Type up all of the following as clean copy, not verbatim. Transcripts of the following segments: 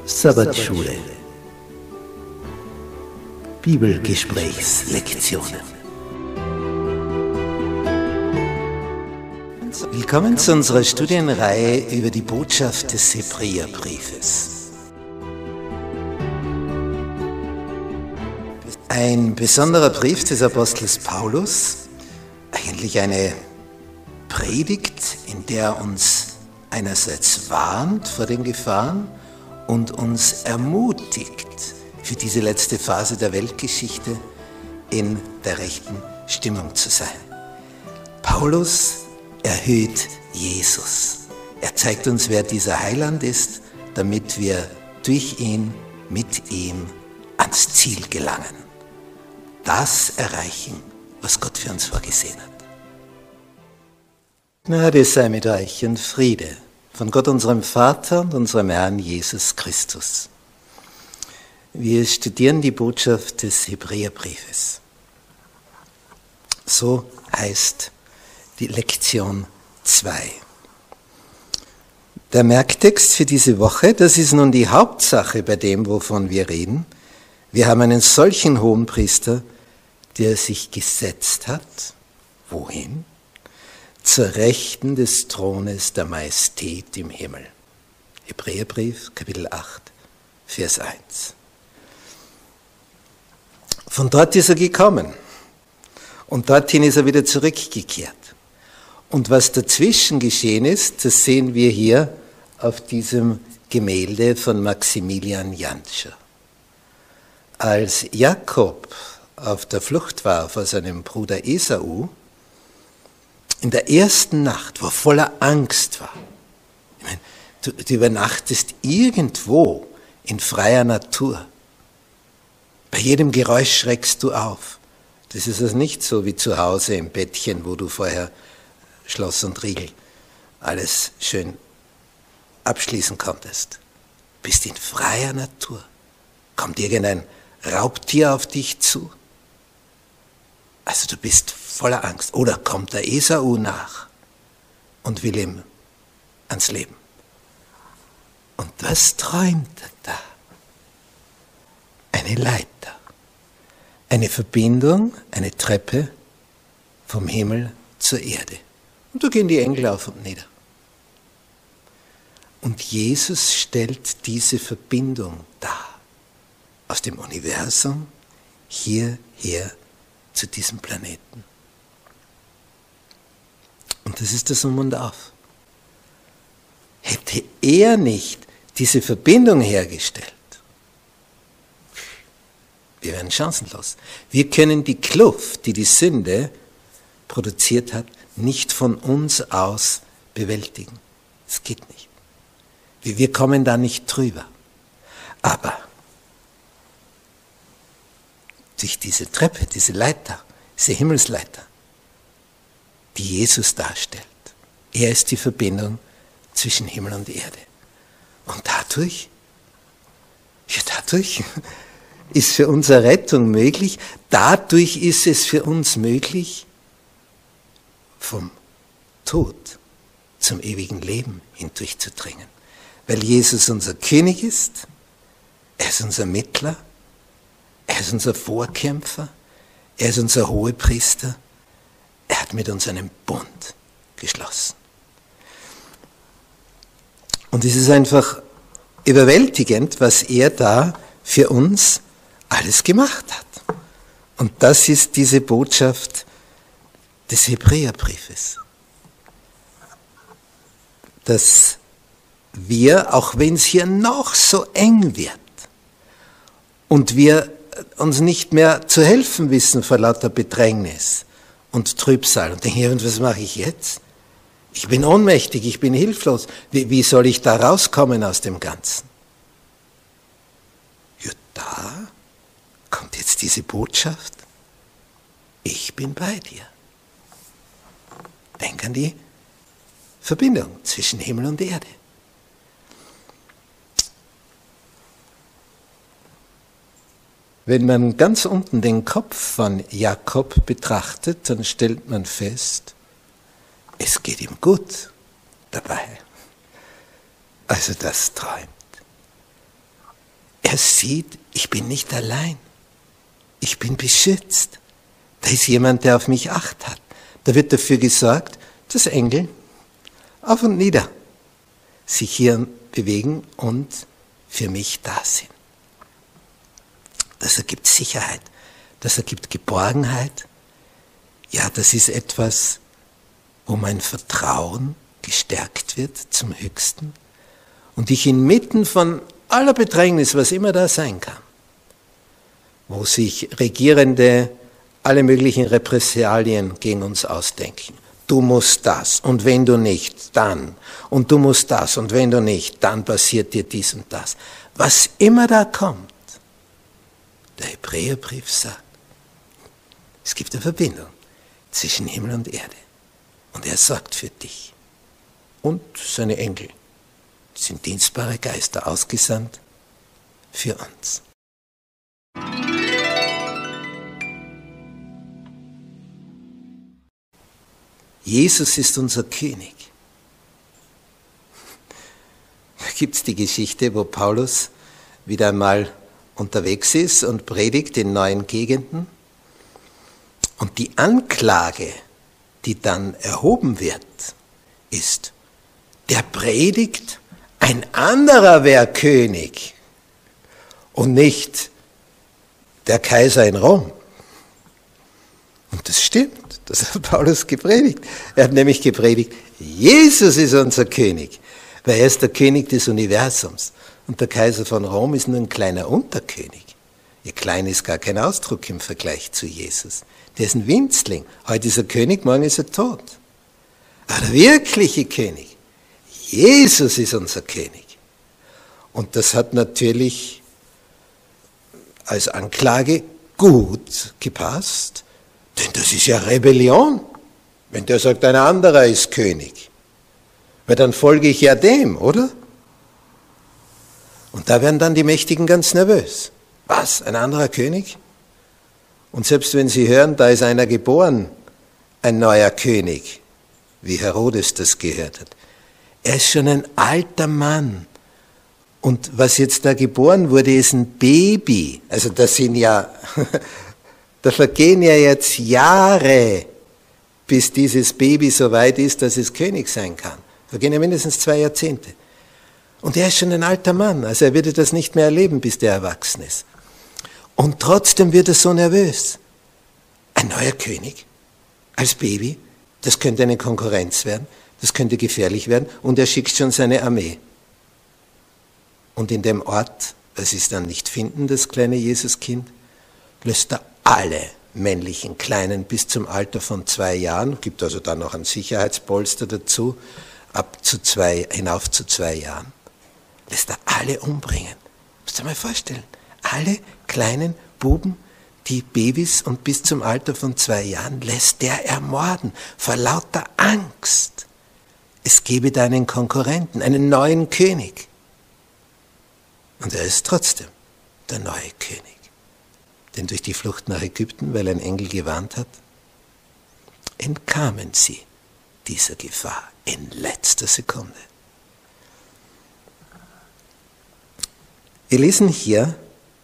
Sabbatschule. Bibelgesprächslektionen. Willkommen zu unserer Studienreihe über die Botschaft des Hebräerbriefes. Ein besonderer Brief des Apostels Paulus, eigentlich eine Predigt, in der er uns einerseits warnt vor den Gefahren und uns ermutigt, für diese letzte Phase der Weltgeschichte in der rechten Stimmung zu sein. Paulus erhöht Jesus. Er zeigt uns, wer dieser Heiland ist, damit wir durch ihn, mit ihm ans Ziel gelangen. Das erreichen, was Gott für uns vorgesehen hat. Gnade sei mit euch und Friede von Gott, unserem Vater und unserem Herrn Jesus Christus. Wir studieren die Botschaft des Hebräerbriefes. So heißt die Lektion 2. Der Merktext für diese Woche, das ist nun die Hauptsache bei dem, wovon wir reden. Wir haben einen solchen Hohenpriester, der sich gesetzt hat. Wohin? Zur Rechten des Thrones der Majestät im Himmel. Hebräerbrief, Kapitel 8, Vers 1. Von dort ist er gekommen und dorthin ist er wieder zurückgekehrt. Und was dazwischen geschehen ist, das sehen wir hier auf diesem Gemälde von Maximilian Jantscher. Als Jakob auf der Flucht war vor seinem Bruder Esau, in der ersten Nacht, wo er voller Angst war, ich meine, du übernachtest irgendwo in freier Natur. Bei jedem Geräusch schreckst du auf. Das ist also nicht so wie zu Hause im Bettchen, wo du vorher Schloss und Riegel alles schön abschließen konntest. Du bist in freier Natur. Kommt irgendein Raubtier auf dich zu? Also du bist voller Angst. Oder kommt der Esau nach und will ihm ans Leben. Und was träumt er da? Eine Leiter, eine Verbindung, eine Treppe vom Himmel zur Erde. Und da gehen die Engel auf und nieder. Und Jesus stellt diese Verbindung dar. Aus dem Universum hierher zu diesem Planeten. Und das ist das Um und Auf. Hätte er nicht diese Verbindung hergestellt, wir wären chancenlos. Wir können die Kluft, die die Sünde produziert hat, nicht von uns aus bewältigen. Es geht nicht. Wir kommen da nicht drüber. Aber durch diese Treppe, diese Leiter, diese Himmelsleiter, die Jesus darstellt, er ist die Verbindung zwischen Himmel und Erde. Und dadurch ist für unsere Rettung möglich, dadurch ist es für uns möglich, vom Tod zum ewigen Leben hindurchzudringen. Weil Jesus unser König ist, er ist unser Mittler, er ist unser Vorkämpfer, er ist unser Hohepriester, er hat mit uns einen Bund geschlossen. Und es ist einfach überwältigend, was er da für uns alles gemacht hat. Und das ist diese Botschaft des Hebräerbriefes. Dass wir, auch wenn es hier noch so eng wird und wir uns nicht mehr zu helfen wissen vor lauter Bedrängnis und Trübsal und denken, und was mache ich jetzt? Ich bin ohnmächtig, ich bin hilflos. Wie soll ich da rauskommen aus dem Ganzen? Ja, da kommt jetzt diese Botschaft. Ich bin bei dir. Denk an die Verbindung zwischen Himmel und Erde. Wenn man ganz unten den Kopf von Jakob betrachtet, dann stellt man fest, es geht ihm gut dabei. Also das träumt. er sieht, ich bin nicht allein. Ich bin beschützt. Da ist jemand, der auf mich Acht hat. Da wird dafür gesorgt, dass Engel auf und nieder sich hier bewegen und für mich da sind. Das ergibt Sicherheit, das ergibt Geborgenheit. Ja, das ist etwas, wo mein Vertrauen gestärkt wird zum Höchsten und ich inmitten von aller Bedrängnis, was immer da sein kann, wo sich Regierende alle möglichen Repressalien gegen uns ausdenken. Du musst das und wenn du nicht, dann. Und du musst das und wenn du nicht, dann passiert dir dies und das. Was immer da kommt, der Hebräerbrief sagt, es gibt eine Verbindung zwischen Himmel und Erde. Und er sorgt für dich. Und seine Engel sind dienstbare Geister ausgesandt für uns. Jesus ist unser König. Da gibt es die Geschichte, wo Paulus wieder einmal unterwegs ist und predigt in neuen Gegenden. Und die Anklage, die dann erhoben wird, ist, der predigt, ein anderer wäre König und nicht der Kaiser in Rom. Und das stimmt, das hat Paulus gepredigt. Er hat nämlich gepredigt, Jesus ist unser König, weil er ist der König des Universums. Und der Kaiser von Rom ist nur ein kleiner Unterkönig. Ihr klein ist gar kein Ausdruck im Vergleich zu Jesus. Der ist ein Winzling. Heute ist er König, morgen ist er tot. Aber der wirkliche König, Jesus ist unser König. Und das hat natürlich als Anklage gut gepasst, denn das ist ja Rebellion, wenn der sagt, ein anderer ist König. Weil dann folge ich ja dem, oder? Und da werden dann die Mächtigen ganz nervös. Was, ein anderer König? Und selbst wenn sie hören, da ist einer geboren, ein neuer König, wie Herodes das gehört hat. Er ist schon ein alter Mann. Und was jetzt da geboren wurde, ist ein Baby. Also das sind ja, da vergehen ja jetzt Jahre, bis dieses Baby so weit ist, dass es König sein kann. Vergehen ja mindestens 2 Jahrzehnte. Und er ist schon ein alter Mann, also er würde das nicht mehr erleben, bis der erwachsen ist. Und trotzdem wird er so nervös. Ein neuer König als Baby, das könnte eine Konkurrenz werden, das könnte gefährlich werden und er schickt schon seine Armee. Und in dem Ort, was sie es dann nicht finden, das kleine Jesuskind, lässt er alle männlichen Kleinen bis zum Alter von 2 Jahren, gibt also dann noch ein Sicherheitspolster dazu, hinauf zu 2 Jahren, lässt er alle umbringen. Musst du dir mal vorstellen, alle kleinen Buben, die Babys und bis zum Alter von 2 Jahren, lässt der ermorden, vor lauter Angst. Es gebe da einen Konkurrenten, einen neuen König. Und er ist trotzdem der neue König. Denn durch die Flucht nach Ägypten, weil ein Engel gewarnt hat, entkamen sie dieser Gefahr in letzter Sekunde. Wir lesen hier,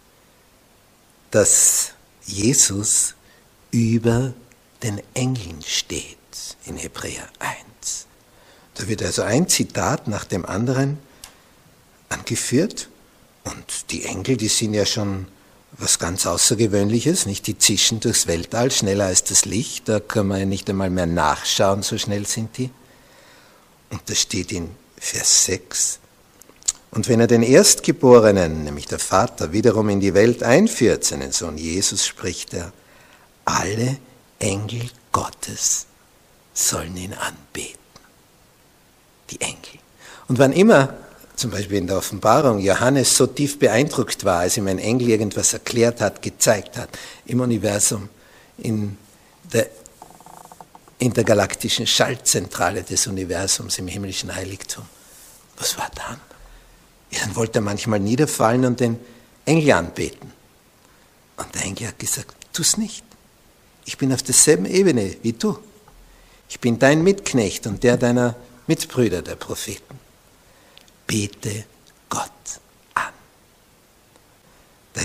dass Jesus über den Engeln steht in Hebräer 1. Da wird also ein Zitat nach dem anderen angeführt und die Engel, die sind ja schon was ganz Außergewöhnliches, nicht? Die zischen durchs Weltall schneller als das Licht, da kann man ja nicht einmal mehr nachschauen, so schnell sind die. Und das steht in Vers 6. Und wenn er den Erstgeborenen, nämlich der Vater, wiederum in die Welt einführt, seinen Sohn Jesus, spricht er, alle Engel Gottes sollen ihn anbeten. Die Engel. Und wann immer, zum Beispiel in der Offenbarung, Johannes so tief beeindruckt war, als ihm ein Engel irgendwas erklärt hat, gezeigt hat, im Universum, in der intergalaktischen Schaltzentrale des Universums, im himmlischen Heiligtum. Was war dann? Ja, dann wollte er manchmal niederfallen und den Engel anbeten. Und der Engel hat gesagt, tu's nicht. Ich bin auf derselben Ebene wie du. Ich bin dein Mitknecht und der deiner Mitbrüder, der Propheten. Bete Gott an.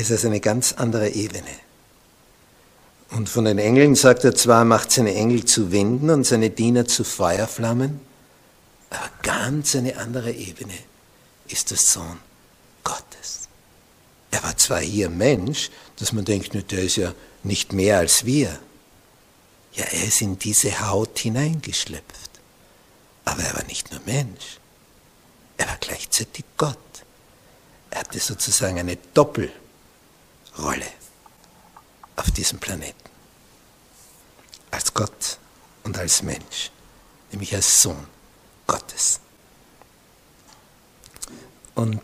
ist also eine ganz andere Ebene. Und von den Engeln sagt er zwar, er macht seine Engel zu Winden und seine Diener zu Feuerflammen, aber ganz eine andere Ebene ist der Sohn Gottes. Er war zwar hier Mensch, dass man denkt, der ist ja nicht mehr als wir. Ja, er ist in diese Haut hineingeschlüpft. Aber er war nicht nur Mensch, er war gleichzeitig Gott. Er hatte sozusagen eine Doppelrolle auf diesem Planeten. Als Gott und als Mensch, nämlich als Sohn Gottes. Und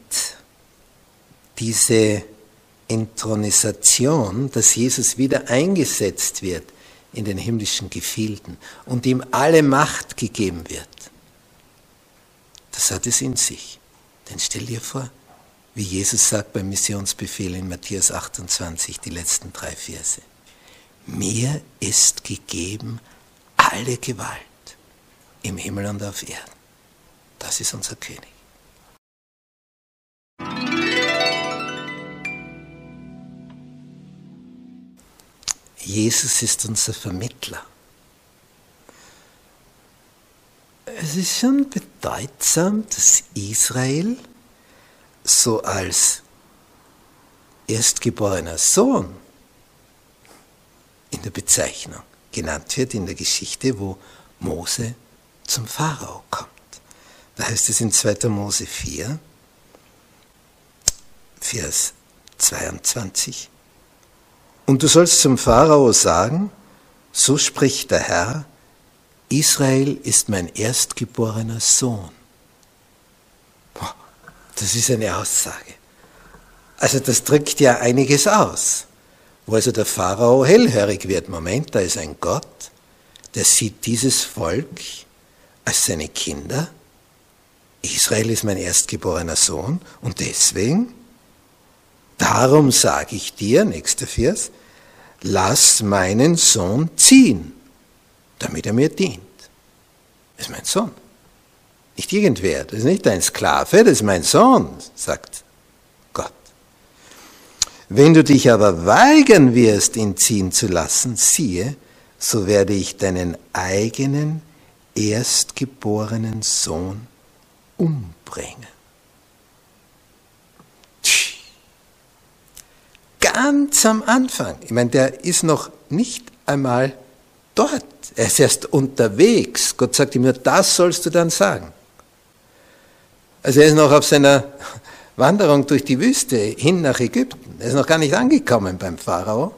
diese Inthronisation, dass Jesus wieder eingesetzt wird in den himmlischen Gefilden und ihm alle Macht gegeben wird, das hat es in sich. Denn stell dir vor, wie Jesus sagt beim Missionsbefehl in Matthäus 28, die letzten 3 Verse. Mir ist gegeben alle Gewalt im Himmel und auf Erden. Das ist unser König. Jesus ist unser Vermittler. Es ist schon bedeutsam, dass Israel so als erstgeborener Sohn in der Bezeichnung genannt wird, in der Geschichte, wo Mose zum Pharao kommt. Da heißt es in 2. Mose 4, Vers 22, und du sollst zum Pharao sagen, so spricht der Herr, Israel ist mein erstgeborener Sohn. Boah, das ist eine Aussage. Also das drückt ja einiges aus. Wo also der Pharao hellhörig wird, Moment, da ist ein Gott, der sieht dieses Volk als seine Kinder. Israel ist mein erstgeborener Sohn und deswegen, darum sage ich dir, nächster Vers, lass meinen Sohn ziehen, damit er mir dient. Das ist mein Sohn. Nicht irgendwer, das ist nicht dein Sklave, das ist mein Sohn, sagt Gott. Wenn du dich aber weigern wirst, ihn ziehen zu lassen, siehe, so werde ich deinen eigenen erstgeborenen Sohn umbringen. Ganz am Anfang, ich meine, der ist noch nicht einmal dort, er ist erst unterwegs. Gott sagt ihm nur, das sollst du dann sagen. Also er ist noch auf seiner Wanderung durch die Wüste hin nach Ägypten. Er ist noch gar nicht angekommen beim Pharao.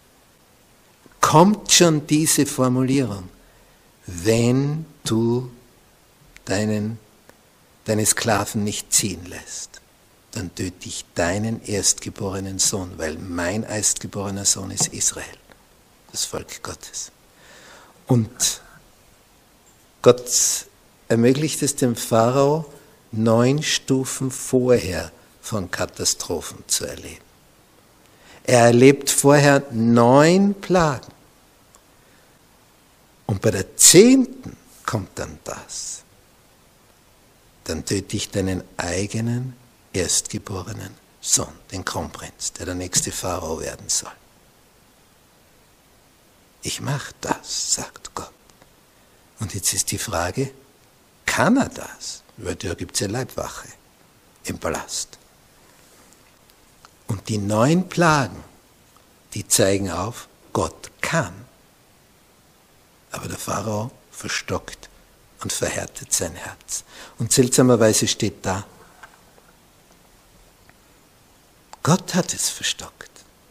Kommt schon diese Formulierung, wenn du deine Sklaven nicht ziehen lässt, dann töte ich deinen erstgeborenen Sohn, weil mein erstgeborener Sohn ist Israel, das Volk Gottes. Und Gott ermöglicht es dem Pharao, 9 Stufen vorher von Katastrophen zu erleben. Er erlebt vorher 9 Plagen. Und bei der 10. kommt dann das. Dann töte ich deinen eigenen erstgeborenen Sohn, den Kronprinz, der der nächste Pharao werden soll. Ich mache das, sagt Gott. Und jetzt ist die Frage, kann er das? Weil da gibt es ja Leibwache im Palast. Und die 9 Plagen, die zeigen auf, Gott kann. Aber der Pharao verstockt und verhärtet sein Herz. Und seltsamerweise steht da, Gott hat es verstockt.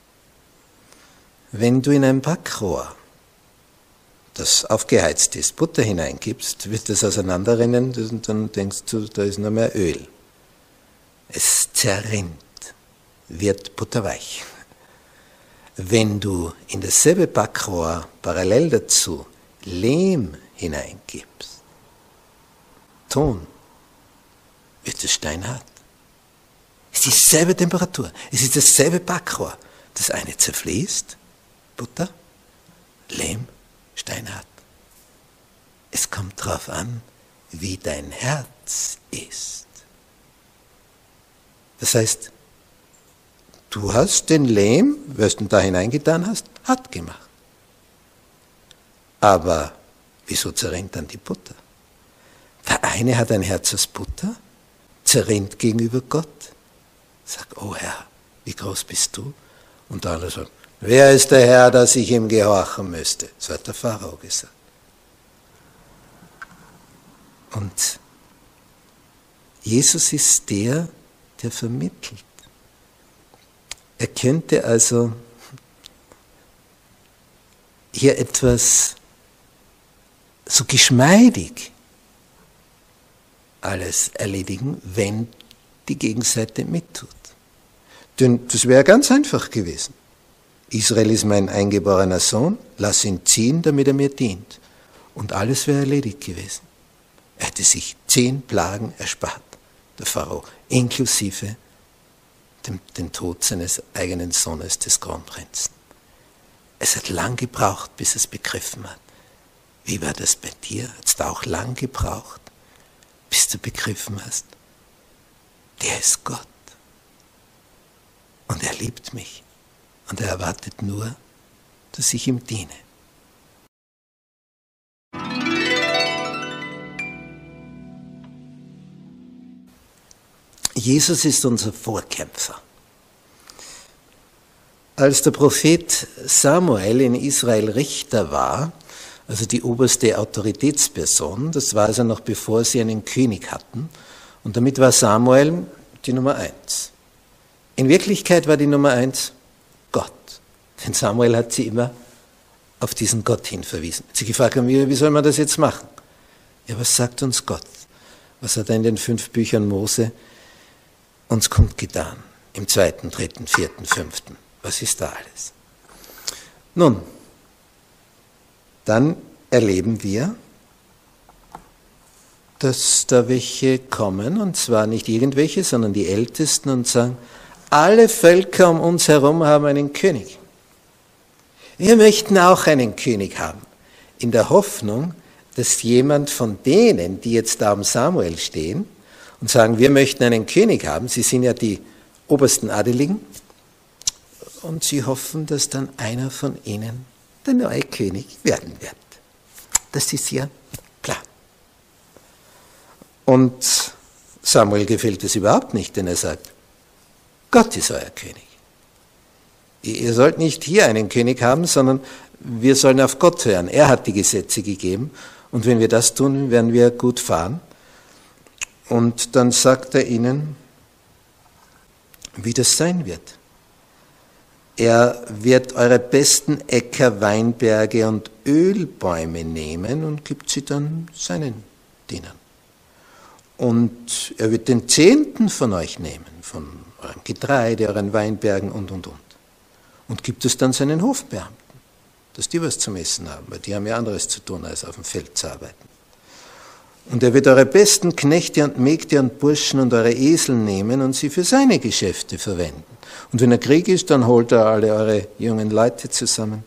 Wenn du in ein Backrohr, das aufgeheizt ist, Butter hineingibst, wird das auseinanderrennen und dann denkst du, da ist nur mehr Öl. Es zerrinnt, wird butterweich. Wenn du in dasselbe Backrohr parallel dazu Lehm hineingibst, Ton, wird es steinhart. Es ist dieselbe Temperatur, es ist dasselbe Backrohr. Das eine zerfließt, Butter, Lehm, steinhart. Es kommt darauf an, wie dein Herz ist. Das heißt, Du hast den Lehm, was du da hineingetan hast, hart gemacht. Aber wieso zerrinnt dann die Butter? Der eine hat ein Herz aus Butter, zerrinnt gegenüber Gott, sagt, oh Herr, wie groß bist du? Und der andere sagt, wer ist der Herr, dass ich ihm gehorchen müsste? So hat der Pharao gesagt. Und Jesus ist der vermittelt. Er könnte also hier etwas so geschmeidig alles erledigen, wenn die Gegenseite mittut. Denn das wäre ganz einfach gewesen. Israel ist mein eingeborener Sohn, lass ihn ziehen, damit er mir dient. Und alles wäre erledigt gewesen. Er hätte sich 10 Plagen erspart, der Pharao, inklusive den Tod seines eigenen Sohnes, des Kronprinzen. Es hat lang gebraucht, bis es begriffen hat. Wie war das bei dir? Hat es da auch lang gebraucht, bis du begriffen hast, der ist Gott. Und er liebt mich. Und er erwartet nur, dass ich ihm diene. Jesus ist unser Vorkämpfer. Als der Prophet Samuel in Israel Richter war, also die oberste Autoritätsperson, das war also noch bevor sie einen König hatten, und damit war Samuel die Nummer 1. In Wirklichkeit war die Nummer 1 Gott, denn Samuel hat sie immer auf diesen Gott hin verwiesen. Sie gefragt haben, wie soll man das jetzt machen? Ja, was sagt uns Gott? Was hat er in den 5 Büchern Mose uns kundgetan? Im 2., 3., 4., 5. Was ist da alles? Nun, dann erleben wir, dass da welche kommen, und zwar nicht irgendwelche, sondern die Ältesten, und sagen, alle Völker um uns herum haben einen König. Wir möchten auch einen König haben, in der Hoffnung, dass jemand von denen, die jetzt da um Samuel stehen und sagen, wir möchten einen König haben, sie sind ja die obersten Adeligen, und sie hoffen, dass dann einer von ihnen der neue König werden wird. Das ist ja klar. Und Samuel gefällt es überhaupt nicht, denn er sagt, Gott ist euer König. Ihr sollt nicht hier einen König haben, sondern wir sollen auf Gott hören. Er hat die Gesetze gegeben, und wenn wir das tun, werden wir gut fahren. Und dann sagt er ihnen, wie das sein wird. Er wird eure besten Äcker, Weinberge und Ölbäume nehmen und gibt sie dann seinen Dienern. Und er wird den 10. von euch nehmen, von eurem Getreide, euren Weinbergen und. Und gibt es dann seinen Hofbeamten, dass die was zum Essen haben, weil die haben ja anderes zu tun, als auf dem Feld zu arbeiten. Und er wird eure besten Knechte und Mägde und Burschen und eure Esel nehmen und sie für seine Geschäfte verwenden. Und wenn er Krieg ist, dann holt er alle eure jungen Leute zusammen.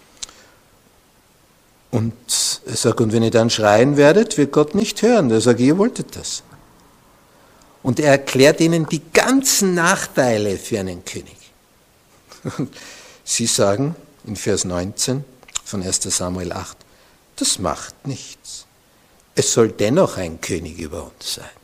Und er sagt, und wenn ihr dann schreien werdet, wird Gott nicht hören. Er sagt, ihr wolltet das. Und er erklärt ihnen die ganzen Nachteile für einen König. Und sie sagen in Vers 19 von 1. Samuel 8, das macht nichts. Es soll dennoch ein König über uns sein.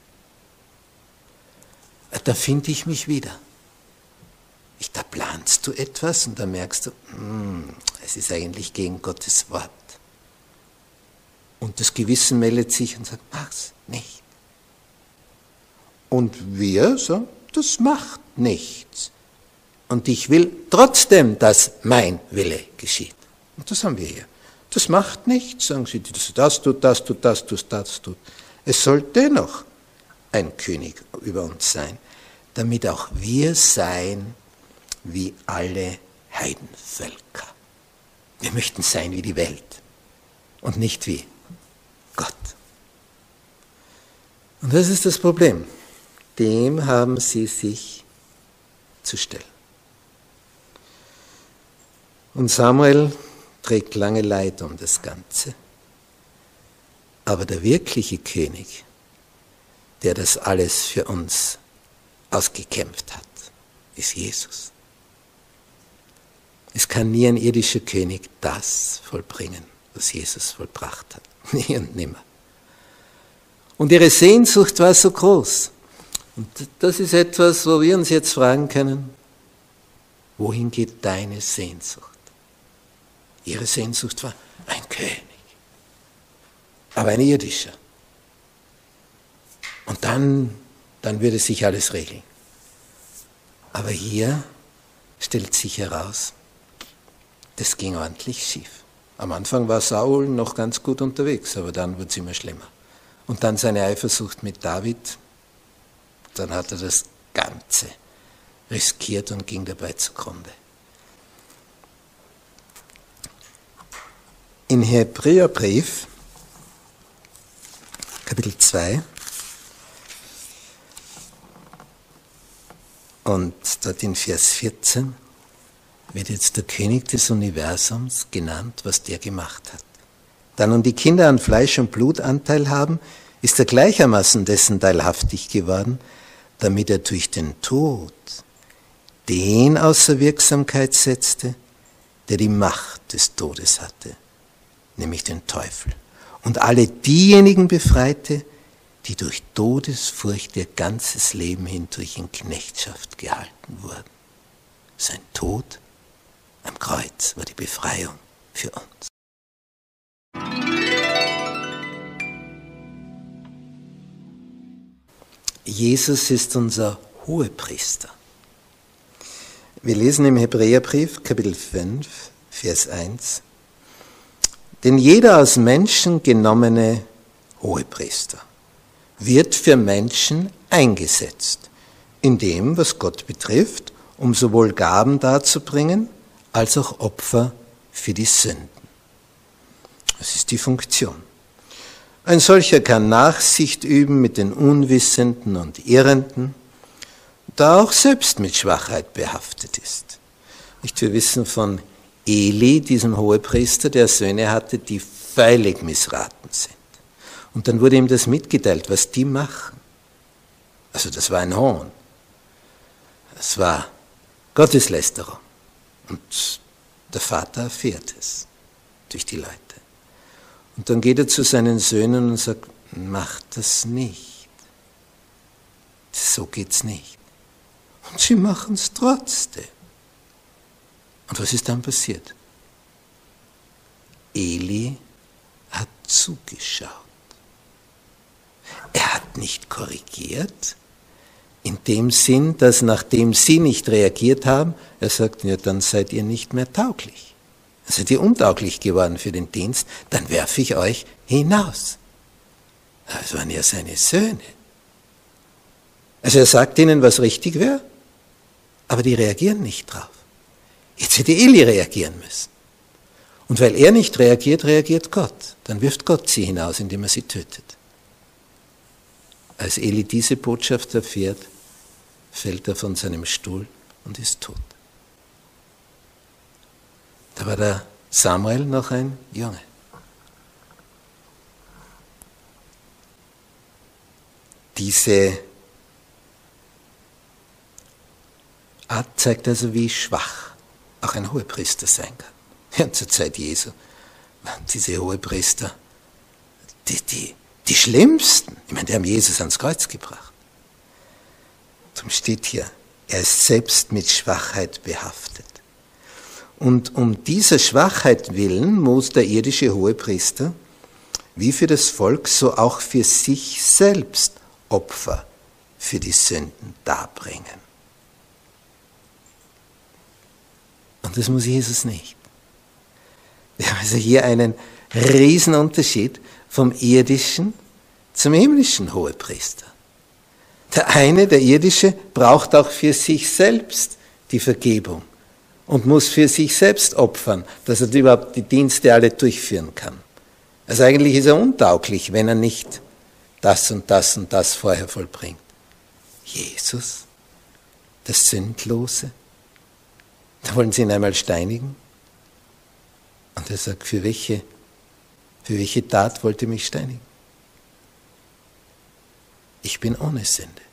Da finde ich mich wieder. Da planst du etwas und da merkst du, es ist eigentlich gegen Gottes Wort. Und das Gewissen meldet sich und sagt, mach's nicht. Und wir sagen, das macht nichts. Und ich will trotzdem, dass mein Wille geschieht. Und das haben wir hier. Das macht nichts, sagen sie, das tut. Es soll dennoch ein König über uns sein, damit auch wir sein wie alle Heidenvölker. Wir möchten sein wie die Welt und nicht wie Gott. Und das ist das Problem. Dem haben sie sich zu stellen. Und Samuel trägt lange Leid um das Ganze. Aber der wirkliche König, der das alles für uns ausgekämpft hat, ist Jesus. kann nie ein irdischer König das vollbringen, was Jesus vollbracht hat. Nie und nimmer. Und ihre Sehnsucht war so groß. Und das ist etwas, wo wir uns jetzt fragen können, wohin geht deine Sehnsucht? Ihre Sehnsucht war ein König, aber ein irdischer. Und dann würde sich alles regeln. Aber hier stellt sich heraus, das ging ordentlich schief. Am Anfang war Saul noch ganz gut unterwegs, aber dann wurde es immer schlimmer. Und dann seine Eifersucht mit David, dann hat er das Ganze riskiert und ging dabei zugrunde. In Hebräerbrief, Kapitel 2, und dort in Vers 14 wird jetzt der König des Universums genannt, was der gemacht hat. Da nun die Kinder an Fleisch und Blut Anteil haben, ist er gleichermaßen dessen teilhaftig geworden, damit er durch den Tod den außer Wirksamkeit setzte, der die Macht des Todes hatte, nämlich den Teufel, und alle diejenigen befreite, die durch Todesfurcht ihr ganzes Leben hindurch in Knechtschaft gehalten wurden. Sein Tod am Kreuz war die Befreiung für uns. Jesus ist unser Hohepriester. Wir lesen im Hebräerbrief, Kapitel 5, Vers 1, denn jeder aus Menschen genommene Hohepriester wird für Menschen eingesetzt, in dem, was Gott betrifft, um sowohl Gaben darzubringen, als auch Opfer für die Sünden. Das ist die Funktion. Ein solcher kann Nachsicht üben mit den Unwissenden und Irrenden, da er auch selbst mit Schwachheit behaftet ist. Wir wissen von Eli, diesem Hohepriester, der Söhne hatte, die völlig missraten sind. Und dann wurde ihm das mitgeteilt, was die machen. Also das war ein Hohn. Das war Gotteslästerung. Und der Vater erfährt es durch die Leute. Und dann geht er zu seinen Söhnen und sagt, macht das nicht. So geht's nicht. Und sie machen es trotzdem. Und was ist dann passiert? Eli hat zugeschaut. Er hat nicht korrigiert, in dem Sinn, dass nachdem sie nicht reagiert haben, er sagt, ja, dann seid ihr nicht mehr tauglich. Dann seid ihr untauglich geworden für den Dienst, dann werfe ich euch hinaus. Das waren ja seine Söhne. Also er sagt ihnen, was richtig wäre, aber die reagieren nicht drauf. Jetzt hätte Eli reagieren müssen. Und weil er nicht reagiert, reagiert Gott. Dann wirft Gott sie hinaus, indem er sie tötet. Als Eli diese Botschaft erfährt, fällt er von seinem Stuhl und ist tot. Da war der Samuel noch ein Junge. Diese Art zeigt also, wie schwach auch ein Hohepriester sein kann. Ja, zur Zeit Jesu waren diese Hohepriester die schlimmsten. Ich meine, die haben Jesus ans Kreuz gebracht. Darum steht hier, er ist selbst mit Schwachheit behaftet. Und um dieser Schwachheit willen muss der irdische Hohepriester, wie für das Volk, so auch für sich selbst Opfer für die Sünden darbringen. Und das muss Jesus nicht. Wir haben also hier einen Riesenunterschied vom irdischen zum himmlischen Hohepriester. Der eine, der irdische, braucht auch für sich selbst die Vergebung und muss für sich selbst opfern, dass er überhaupt die Dienste alle durchführen kann. Also eigentlich ist er untauglich, wenn er nicht das und das und das vorher vollbringt. Jesus, der Sündlose, da wollen sie ihn einmal steinigen. Und er sagt, für welche Tat wollt ihr mich steinigen? Ich bin ohne Sünde.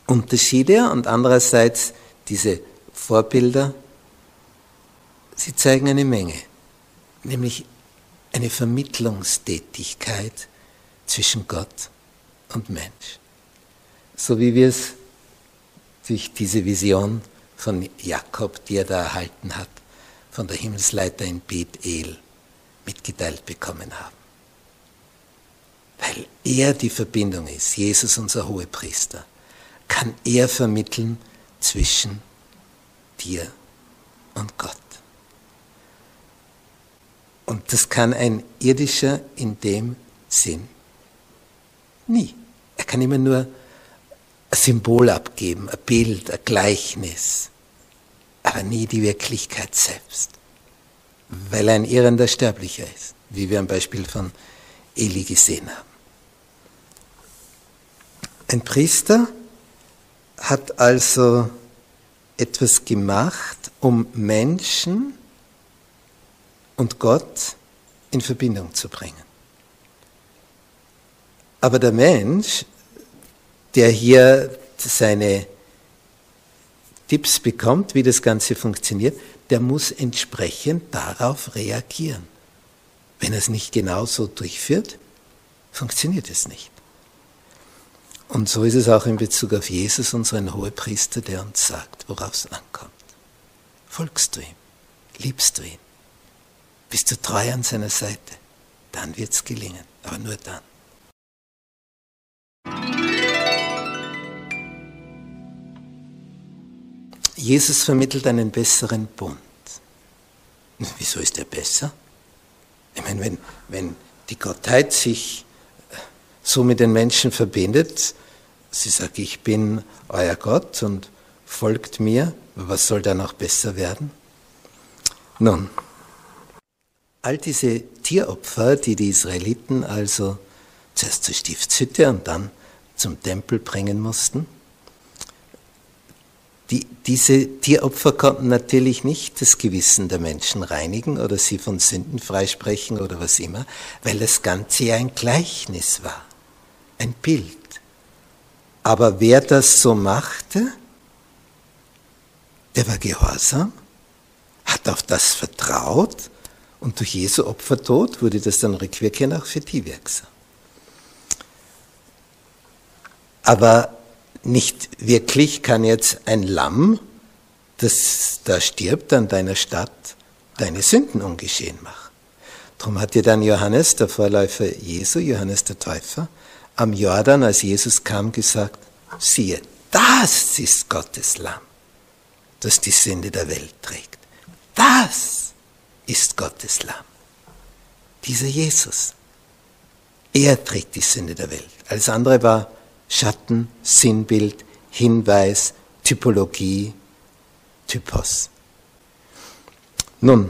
Unterschiede und andererseits diese Vorbilder, sie zeigen eine Menge, nämlich eine Vermittlungstätigkeit zwischen Gott und Mensch. So wie wir es durch diese Vision von Jakob, die er da erhalten hat, von der Himmelsleiter in Bethel mitgeteilt bekommen haben. Weil er die Verbindung ist, Jesus unser Hohepriester, kann er vermitteln zwischen dir und Gott. Und das kann ein irdischer in dem Sinn nie. Er kann immer nur ein Symbol abgeben, ein Bild, ein Gleichnis, aber nie die Wirklichkeit selbst, weil er ein irrender Sterblicher ist, wie wir am Beispiel von Eli gesehen haben. Ein Priester hat also etwas gemacht, um Menschen und Gott in Verbindung zu bringen. Aber der Mensch, der hier seine Tipps bekommt, wie das Ganze funktioniert, der muss entsprechend darauf reagieren. Wenn er es nicht genauso durchführt, funktioniert es nicht. Und so ist es auch in Bezug auf Jesus, unseren Hohepriester, der uns sagt, worauf es ankommt. Folgst du ihm? Liebst du ihn? Bist du treu an seiner Seite? Dann wird es gelingen, aber nur dann. Jesus vermittelt einen besseren Bund. Wieso ist er besser? Ich meine, wenn die Gottheit sich so mit den Menschen verbindet, sie sagt, ich bin euer Gott und folgt mir, was soll da noch besser werden? Nun, all diese Tieropfer, die die Israeliten also zuerst zur Stiftshütte und dann zum Tempel bringen mussten, diese Tieropfer konnten natürlich nicht das Gewissen der Menschen reinigen oder sie von Sünden freisprechen oder was immer, weil das Ganze ja ein Gleichnis war, ein Bild. Aber wer das so machte, der war gehorsam, hat auf das vertraut und durch Jesu Opfertod wurde das dann rückwirkend auch für die wirksam. Aber nicht wirklich kann jetzt ein Lamm, das da stirbt an deiner Stadt, deine Sünden ungeschehen machen. Darum hat dir dann Johannes, der Vorläufer Jesu, Johannes der Täufer, am Jordan, als Jesus kam, gesagt, siehe, das ist Gottes Lamm, das die Sünde der Welt trägt. Das ist Gottes Lamm. Dieser Jesus, er trägt die Sünde der Welt. Alles andere war Schatten, Sinnbild, Hinweis, Typologie, Typos. Nun,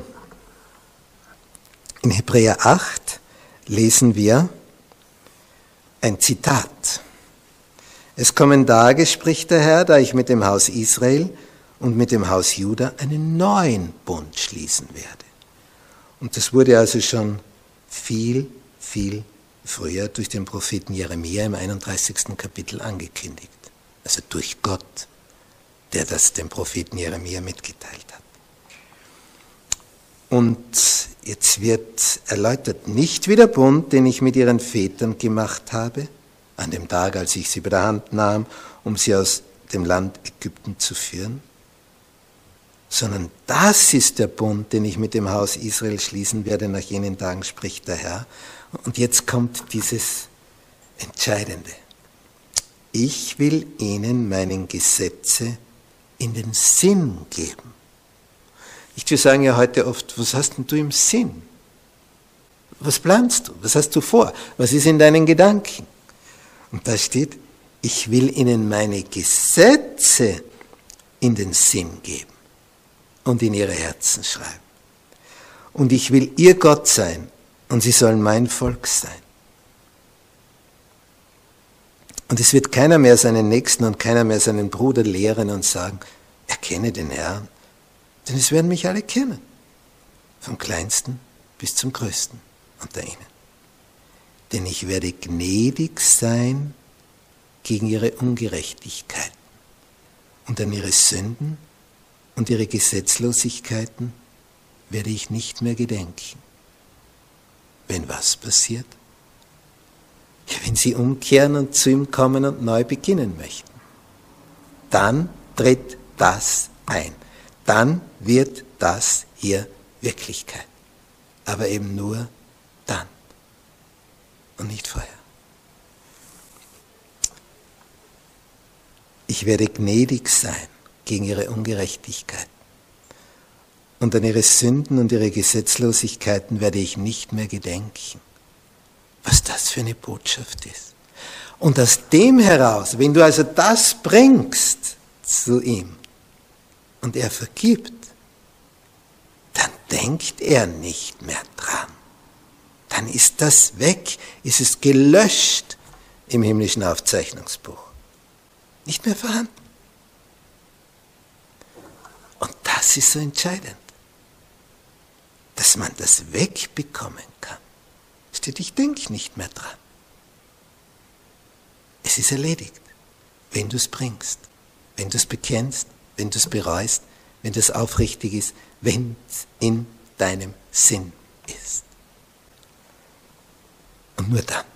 in Hebräer 8 lesen wir ein Zitat. Es kommen Tage, spricht der Herr, da ich mit dem Haus Israel und mit dem Haus Juda einen neuen Bund schließen werde. Und das wurde also schon viel früher durch den Propheten Jeremia im 31. Kapitel angekündigt. Also durch Gott, der das dem Propheten Jeremia mitgeteilt hat. Und jetzt wird erläutert, nicht wie der Bund, den ich mit ihren Vätern gemacht habe, an dem Tag, als ich sie bei der Hand nahm, um sie aus dem Land Ägypten zu führen, sondern das ist der Bund, den ich mit dem Haus Israel schließen werde nach jenen Tagen, spricht der Herr. Und jetzt kommt dieses Entscheidende. Ich will ihnen meinen Gesetze in den Sinn geben. Wir sagen ja heute oft, was hast denn du im Sinn? Was planst du? Was hast du vor? Was ist in deinen Gedanken? Und da steht, ich will ihnen meine Gesetze in den Sinn geben und in ihre Herzen schreiben. Und ich will ihr Gott sein und sie sollen mein Volk sein. Und es wird keiner mehr seinen Nächsten und keiner mehr seinen Bruder lehren und sagen, erkenne den Herrn, denn es werden mich alle kennen, vom Kleinsten bis zum Größten unter ihnen. Denn ich werde gnädig sein gegen ihre Ungerechtigkeiten Und an ihre Sünden und ihre Gesetzlosigkeiten werde ich nicht mehr gedenken. Wenn was passiert? Ja, wenn sie umkehren und zu ihm kommen und neu beginnen möchten. Dann tritt das ein. Dann wird das hier Wirklichkeit. Aber eben nur dann und nicht vorher. Ich werde gnädig sein gegen ihre Ungerechtigkeit. Und an ihre Sünden und ihre Gesetzlosigkeiten werde ich nicht mehr gedenken. Was das für eine Botschaft ist. Und aus dem heraus, wenn du also das bringst zu ihm und er vergibt, dann denkt er nicht mehr dran. Dann ist das weg, ist es gelöscht im himmlischen Aufzeichnungsbuch. Nicht mehr vorhanden. Und das ist so entscheidend, dass man das wegbekommen kann. Steht, ich denke nicht mehr dran. Es ist erledigt, wenn du es bringst, wenn du es bekennst, wenn du es bereust, wenn das aufrichtig ist, wenn es in deinem Sinn ist. Und nur dann.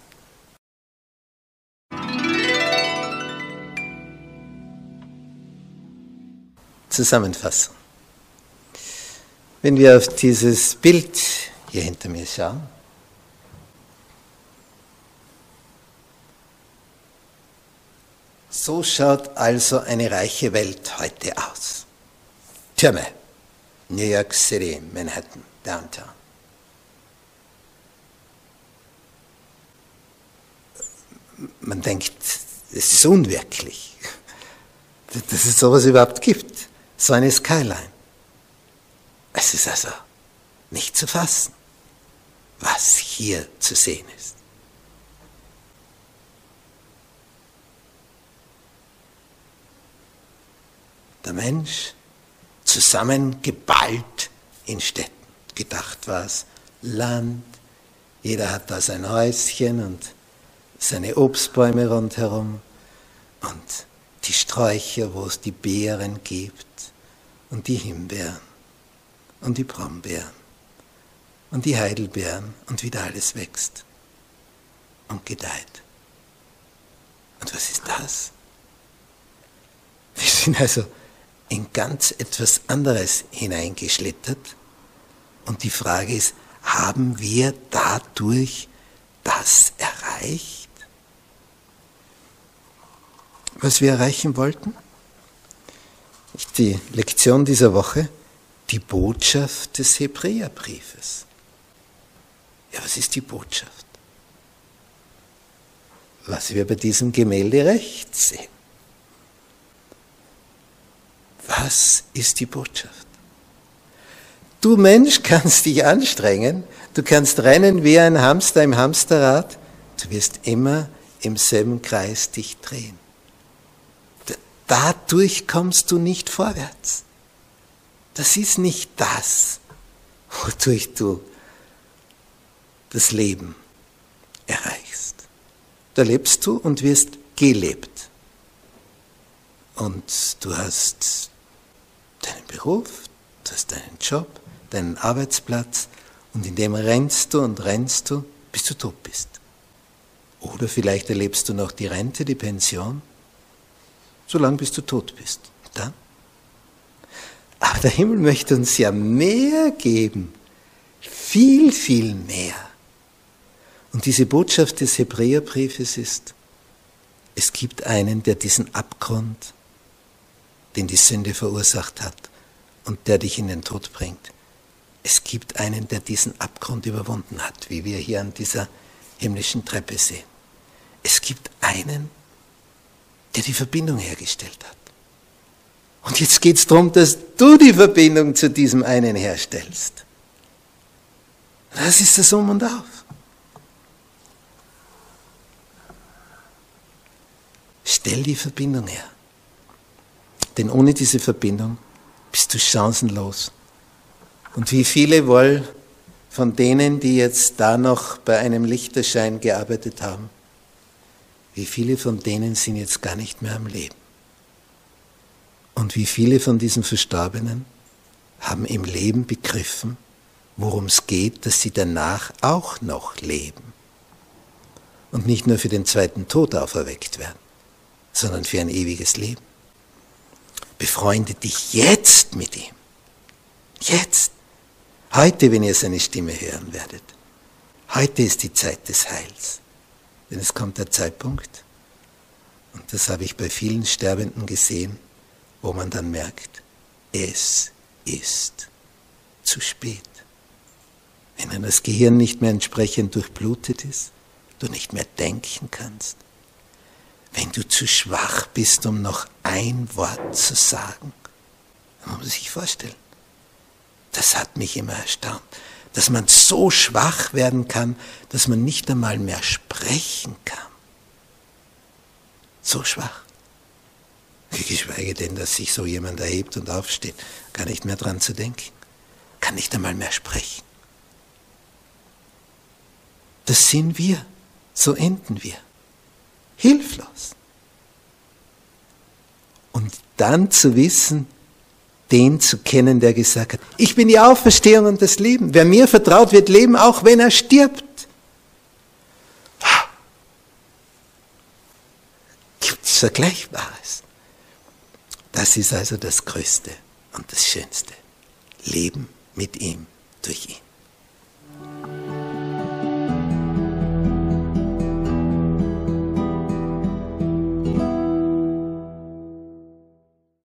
Zusammenfassung. Wenn wir auf dieses Bild hier hinter mir schauen, so schaut also eine reiche Welt heute aus. Türme, New York City, Manhattan, Downtown. Man denkt, es ist unwirklich, dass es sowas überhaupt gibt, so eine Skyline. Es ist also nicht zu fassen, was hier zu sehen ist. Der Mensch zusammengeballt in Städten. Gedacht war es Land, jeder hat da sein Häuschen und seine Obstbäume rundherum und die Sträucher, wo es die Beeren gibt und die Himbeeren und die Brombeeren und die Heidelbeeren und wieder alles wächst und gedeiht. Und was ist das? Wir sind also in ganz etwas anderes hineingeschlittert und die Frage ist, haben wir dadurch das erreicht, was wir erreichen wollten? Die Lektion dieser Woche, die Botschaft des Hebräerbriefes. Ja, was ist die Botschaft? Was wir bei diesem Gemälde rechts sehen. Was ist die Botschaft? Du Mensch kannst dich anstrengen, du kannst rennen wie ein Hamster im Hamsterrad, du wirst immer im selben Kreis dich drehen. Dadurch kommst du nicht vorwärts. Das ist nicht das, wodurch du das Leben erreichst. Da lebst du und wirst gelebt. Und du hast deinen Beruf, du hast deinen Job, deinen Arbeitsplatz und in dem rennst du, bis du tot bist. Oder vielleicht erlebst du noch die Rente, die Pension, solange bis du tot bist. Dann? Aber der Himmel möchte uns ja mehr geben, viel, viel mehr. Und diese Botschaft des Hebräerbriefes ist, es gibt einen, der diesen Abgrund, den die Sünde verursacht hat und der dich in den Tod bringt. Es gibt einen, der diesen Abgrund überwunden hat, wie wir hier an dieser himmlischen Treppe sehen. Es gibt einen, der die Verbindung hergestellt hat. Und jetzt geht es darum, dass du die Verbindung zu diesem einen herstellst. Das ist das Um und Auf. Stell die Verbindung her. Denn ohne diese Verbindung bist du chancenlos. Und wie viele wohl von denen, die jetzt da noch bei einem Lichterschein gearbeitet haben, wie viele von denen sind jetzt gar nicht mehr am Leben? Und wie viele von diesen Verstorbenen haben im Leben begriffen, worum es geht, dass sie danach auch noch leben. Und nicht nur für den zweiten Tod auferweckt werden, sondern für ein ewiges Leben. Befreunde dich jetzt mit ihm. Jetzt. Heute, wenn ihr seine Stimme hören werdet. Heute ist die Zeit des Heils. Denn es kommt der Zeitpunkt, und das habe ich bei vielen Sterbenden gesehen, wo man dann merkt, es ist zu spät. Wenn dann das Gehirn nicht mehr entsprechend durchblutet ist, du nicht mehr denken kannst, wenn du zu schwach bist, um noch ein Wort zu sagen, dann muss man sich vorstellen, das hat mich immer erstaunt, dass man so schwach werden kann, dass man nicht einmal mehr sprechen kann. So schwach. Geschweige denn, dass sich so jemand erhebt und aufsteht, gar nicht mehr dran zu denken, kann nicht einmal mehr sprechen. Das sind wir, so enden wir, hilflos. Und dann zu wissen, den zu kennen, der gesagt hat, ich bin die Auferstehung und das Leben. Wer mir vertraut, wird leben, auch wenn er stirbt. Gibt es Vergleichbares? Das ist also das Größte und das Schönste. Leben mit ihm, durch ihn.